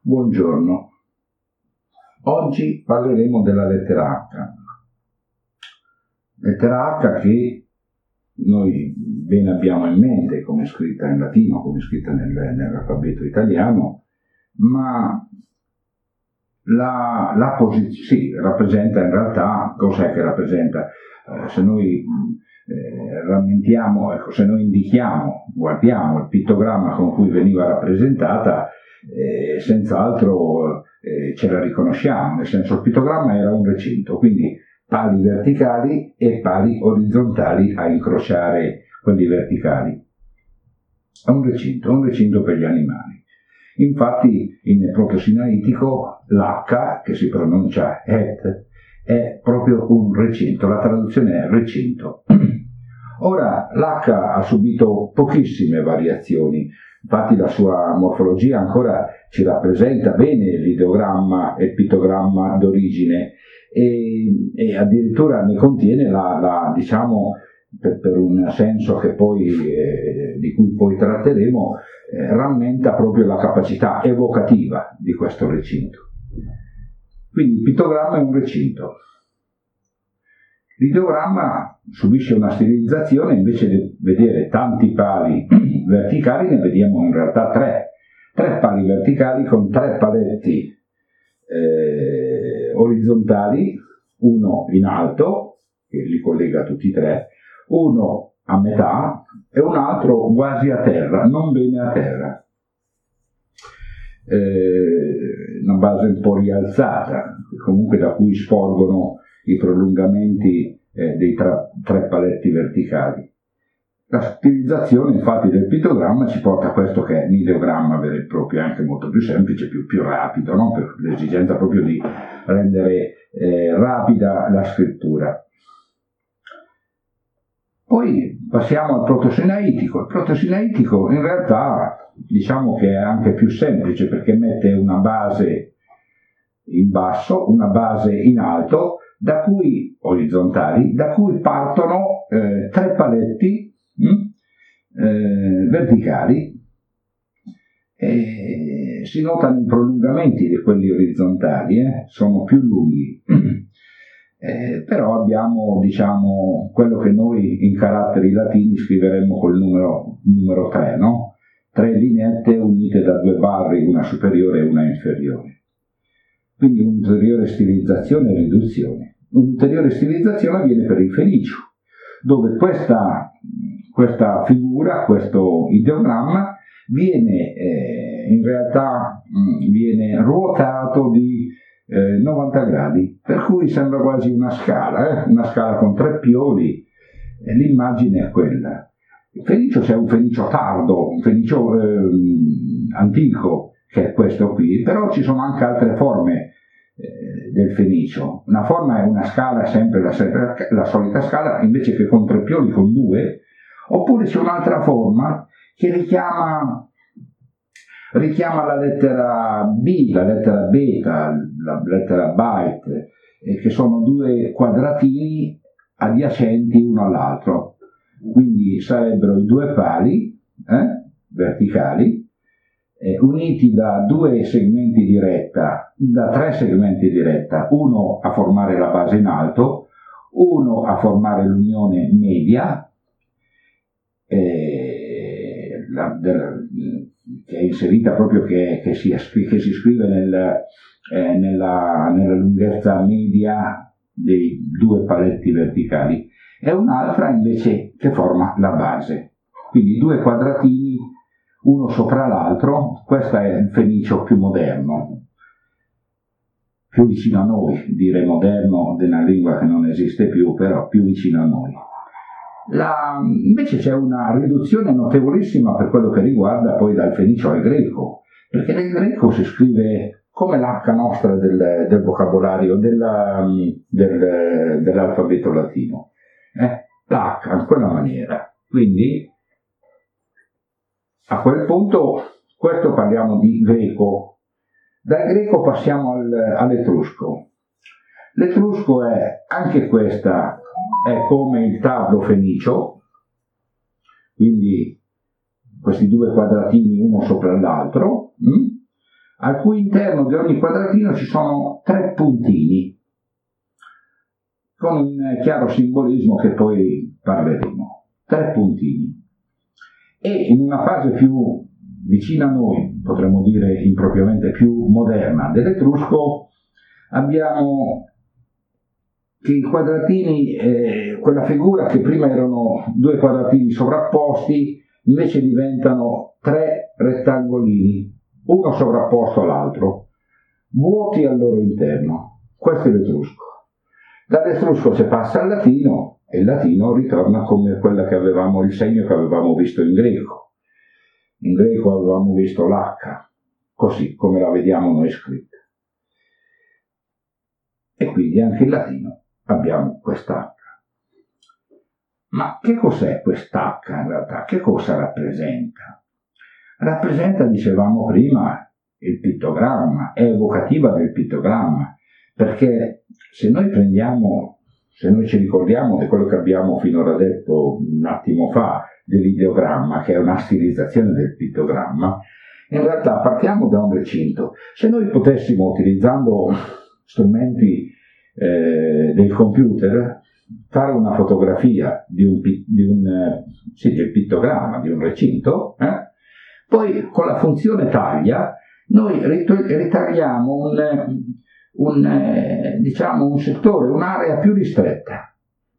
Buongiorno, oggi parleremo della lettera H. Lettera H che noi bene abbiamo in mente come scritta in latino, come scritta nell'alfabeto italiano, ma rappresenta in realtà, cos'è che rappresenta? Se noi rammentiamo, se noi indichiamo, guardiamo il pittogramma con cui veniva rappresentata, senz'altro ce la riconosciamo, nel senso il pittogramma era un recinto, quindi pali verticali e pali orizzontali a incrociare quelli verticali. È un recinto per gli animali. Infatti in proto-sinaitico l'H, che si pronuncia het, è proprio un recinto, la traduzione è recinto. Ora l'H ha subito pochissime variazioni, infatti la sua morfologia ancora ci rappresenta bene l'ideogramma e il pittogramma d'origine e addirittura ne contiene diciamo, per un senso che poi, di cui poi tratteremo, rammenta proprio la capacità evocativa di questo recinto. Quindi il pittogramma è un recinto. L'ideogramma subisce una stilizzazione, invece di vedere tanti pali verticali ne vediamo in realtà tre pali verticali con tre paletti orizzontali, uno in alto, che li collega tutti e tre, uno a metà e un altro quasi a terra, non bene a terra. Una base un po' rialzata, comunque da cui sporgono i prolungamenti dei tre paletti verticali. La stilizzazione infatti del pittogramma ci porta a questo che è l'ideogramma vero e proprio, anche molto più semplice, più rapido, no? Per l'esigenza proprio di rendere rapida la scrittura. Poi passiamo al proto-sinaitico. Il proto-sinaitico in realtà diciamo che è anche più semplice perché mette una base in basso, una base in alto, orizzontali, da cui partono tre paletti verticali e si notano i prolungamenti di quelli orizzontali, sono più lunghi. Però abbiamo, diciamo, quello che noi in caratteri latini scriveremmo col numero 3, no? 3 lineette unite da 2 barre, una superiore e una inferiore. Quindi un'ulteriore stilizzazione e riduzione. Un'ulteriore stilizzazione avviene per il fenicio, dove questa figura, questo ideogramma, viene viene ruotato di 90 gradi, per cui sembra quasi una scala con tre pioli, l'immagine è quella. Il fenicio c'è un fenicio tardo, un fenicio antico, che è questo qui, però ci sono anche altre forme del fenicio. Una forma è una scala, sempre la solita scala, invece che con tre pioli con due, oppure c'è un'altra forma che richiama la lettera B, la lettera beta, la lettera byte, che sono due quadratini adiacenti uno all'altro. Quindi sarebbero i due pali verticali uniti da due segmenti di retta, da tre segmenti di retta, uno a formare la base in alto, uno a formare l'unione media, che è inserita proprio che si scrive nella lunghezza media dei due paletti verticali, e un'altra invece che forma la base. Quindi due quadratini uno sopra l'altro. Questo è il fenicio più moderno, più vicino a noi, dire moderno di una lingua che non esiste più, però più vicino a noi. Invece c'è una riduzione notevolissima per quello che riguarda poi dal fenicio al greco, perché nel greco si scrive come l'H nostra del vocabolario dell'alfabeto latino, l'H in quella maniera. Quindi a quel punto, questo parliamo di greco. Dal greco passiamo all'etrusco. L'etrusco è, anche questa, è come il tardo fenicio, quindi questi due quadratini uno sopra l'altro, al cui interno di ogni quadratino ci sono 3 puntini, con un chiaro simbolismo che poi parleremo. 3 puntini. E in una fase più vicina a noi, potremmo dire impropriamente più moderna dell'Etrusco, abbiamo che i quadratini, quella figura che prima erano 2 quadratini sovrapposti, invece diventano 3 rettangolini, uno sovrapposto all'altro, vuoti al loro interno. Questo è l'Etrusco. Dall'Etrusco si passa al latino e il latino ritorna come quella che avevamo, il segno che avevamo visto in greco. In greco avevamo visto l'H, così come la vediamo noi scritta. E quindi anche in latino abbiamo quest'H. Ma che cos'è quest'H in realtà? Che cosa rappresenta? Rappresenta, dicevamo prima, il pittogramma, è evocativa del pittogramma, perché se noi ci ricordiamo di quello che abbiamo finora detto un attimo fa dell'ideogramma, che è una stilizzazione del pittogramma, in realtà partiamo da un recinto. Se noi potessimo, utilizzando strumenti del computer, fare una fotografia del pittogramma, di un recinto, poi con la funzione taglia noi ritagliamo un settore, un'area più ristretta,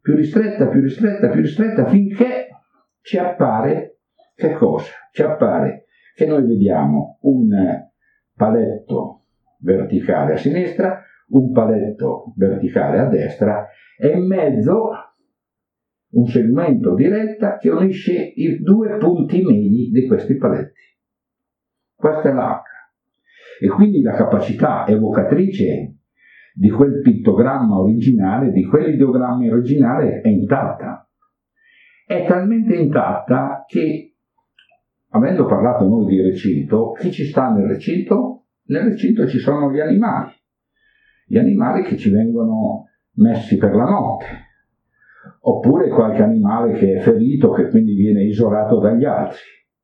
finché ci appare che cosa? Ci appare che noi vediamo un paletto verticale a sinistra, un paletto verticale a destra e in mezzo un segmento di retta che unisce i 2 punti medi di questi paletti. Questa è la H. E quindi la capacità evocatrice di quel pittogramma originale, di quell'ideogramma originale, è intatta. È talmente intatta che, avendo parlato noi di recinto, chi ci sta nel recinto? Nel recinto ci sono gli animali che ci vengono messi per la notte, oppure qualche animale che è ferito, che quindi viene isolato dagli altri.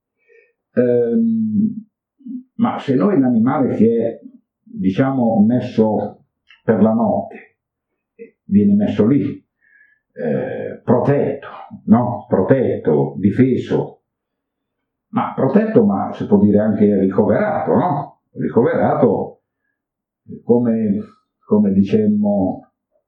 Ma se noi l'animale che è, diciamo, messo per la notte, viene messo lì, protetto, no? Protetto, difeso, ma si può dire anche ricoverato, no? Ricoverato, come dicemmo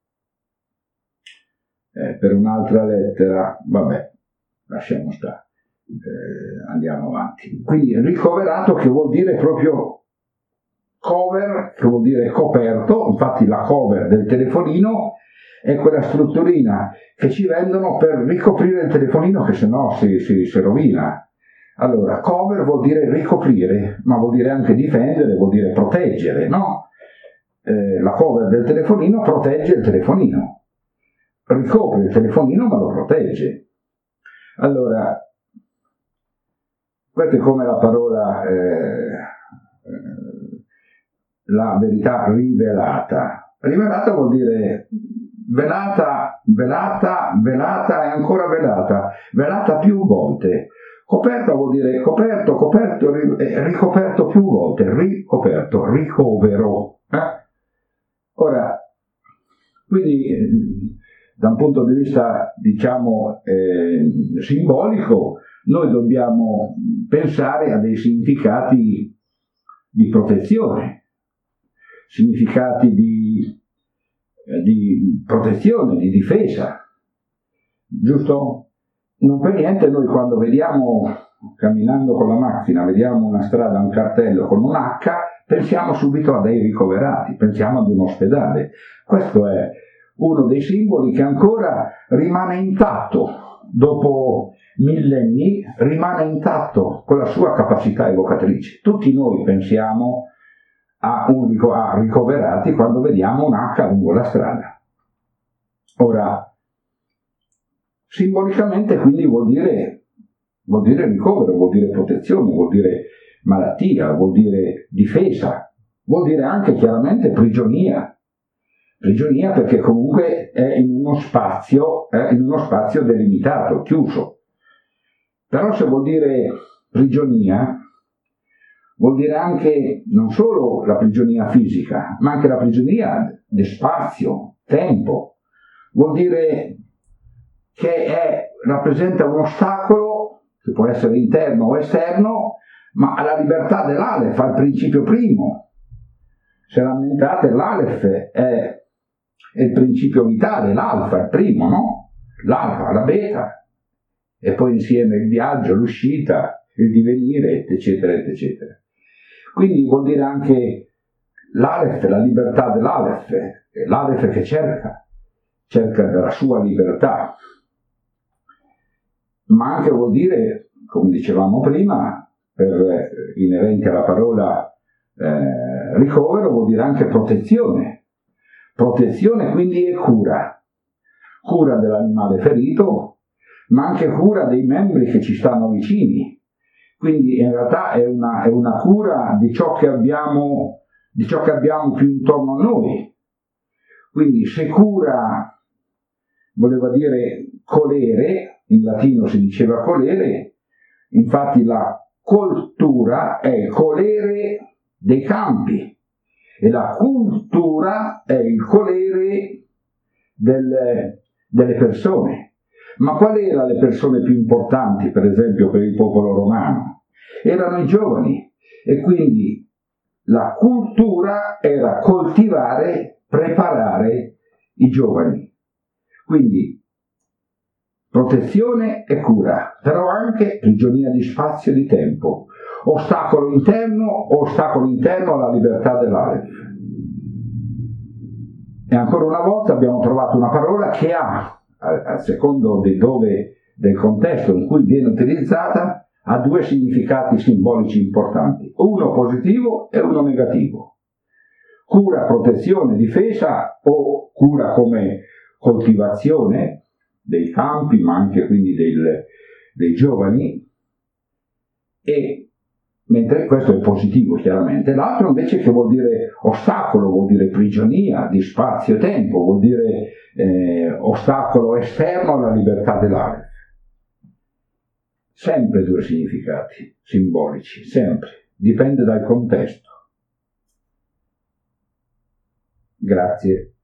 per un'altra lettera, vabbè, lasciamo stare. Andiamo avanti. Quindi ricoverato, che vuol dire proprio cover, che vuol dire coperto. Infatti la cover del telefonino è quella strutturina che ci vendono per ricoprire il telefonino, che sennò si rovina. Allora, cover vuol dire ricoprire, ma vuol dire anche difendere, vuol dire proteggere, no? La cover del telefonino protegge il telefonino, ricopre il telefonino ma lo protegge. Allora, questa è come la parola la verità rivelata. Rivelata vuol dire velata e ancora velata più volte. Coperta vuol dire coperto, ricoperto più volte, ricovero. Ora, quindi da un punto di vista, diciamo, simbolico, noi dobbiamo pensare a dei significati di protezione, significati di protezione, di difesa, giusto? Non per niente noi quando vediamo, camminando con la macchina, vediamo una strada, un cartello con un H, pensiamo subito a dei ricoverati, pensiamo ad un ospedale. Questo è uno dei simboli che ancora rimane intatto. Dopo millenni rimane intatto con la sua capacità evocatrice. Tutti noi pensiamo a ricoverati quando vediamo un H lungo la strada. Ora, simbolicamente quindi vuol dire ricovero, vuol dire protezione, vuol dire malattia, vuol dire difesa, vuol dire anche chiaramente prigionia. Prigionia perché comunque è in uno spazio delimitato, chiuso. Però se vuol dire prigionia, vuol dire anche non solo la prigionia fisica, ma anche la prigionia di spazio, tempo. Vuol dire che rappresenta un ostacolo, che può essere interno o esterno, ma alla libertà dell'Alef, al principio primo. Se rammentate, l'Alef è il principio vitale, l'alfa, il primo, no? L'alfa, la beta, e poi insieme il viaggio, l'uscita, il divenire, eccetera, eccetera. Quindi vuol dire anche l'Alef, la libertà dell'Alef, l'Alef che cerca della sua libertà, ma anche vuol dire, come dicevamo prima, inerente alla parola ricovero, vuol dire anche protezione. Protezione quindi è cura dell'animale ferito, ma anche cura dei membri che ci stanno vicini. Quindi in realtà è una cura di ciò che abbiamo più intorno a noi. Quindi se cura voleva dire colere, in latino si diceva colere, infatti la coltura è il colere dei campi e la cultura è il colere delle persone. Ma qual erano le persone più importanti, per esempio, per il popolo romano? Erano i giovani, e quindi la cultura era coltivare, preparare i giovani. Quindi protezione e cura, però anche prigionia di spazio e di tempo, ostacolo interno alla libertà dell'Alef. E ancora una volta abbiamo trovato una parola che ha, a secondo del contesto in cui viene utilizzata, ha due significati simbolici importanti, uno positivo e uno negativo. Cura, protezione, difesa, o cura come coltivazione dei campi, ma anche quindi dei giovani, e mentre questo è positivo chiaramente. L'altro invece, che vuol dire ostacolo, vuol dire prigionia di spazio e tempo, vuol dire ostacolo esterno alla libertà dell'Alef. Sempre due significati simbolici, sempre, dipende dal contesto. Grazie.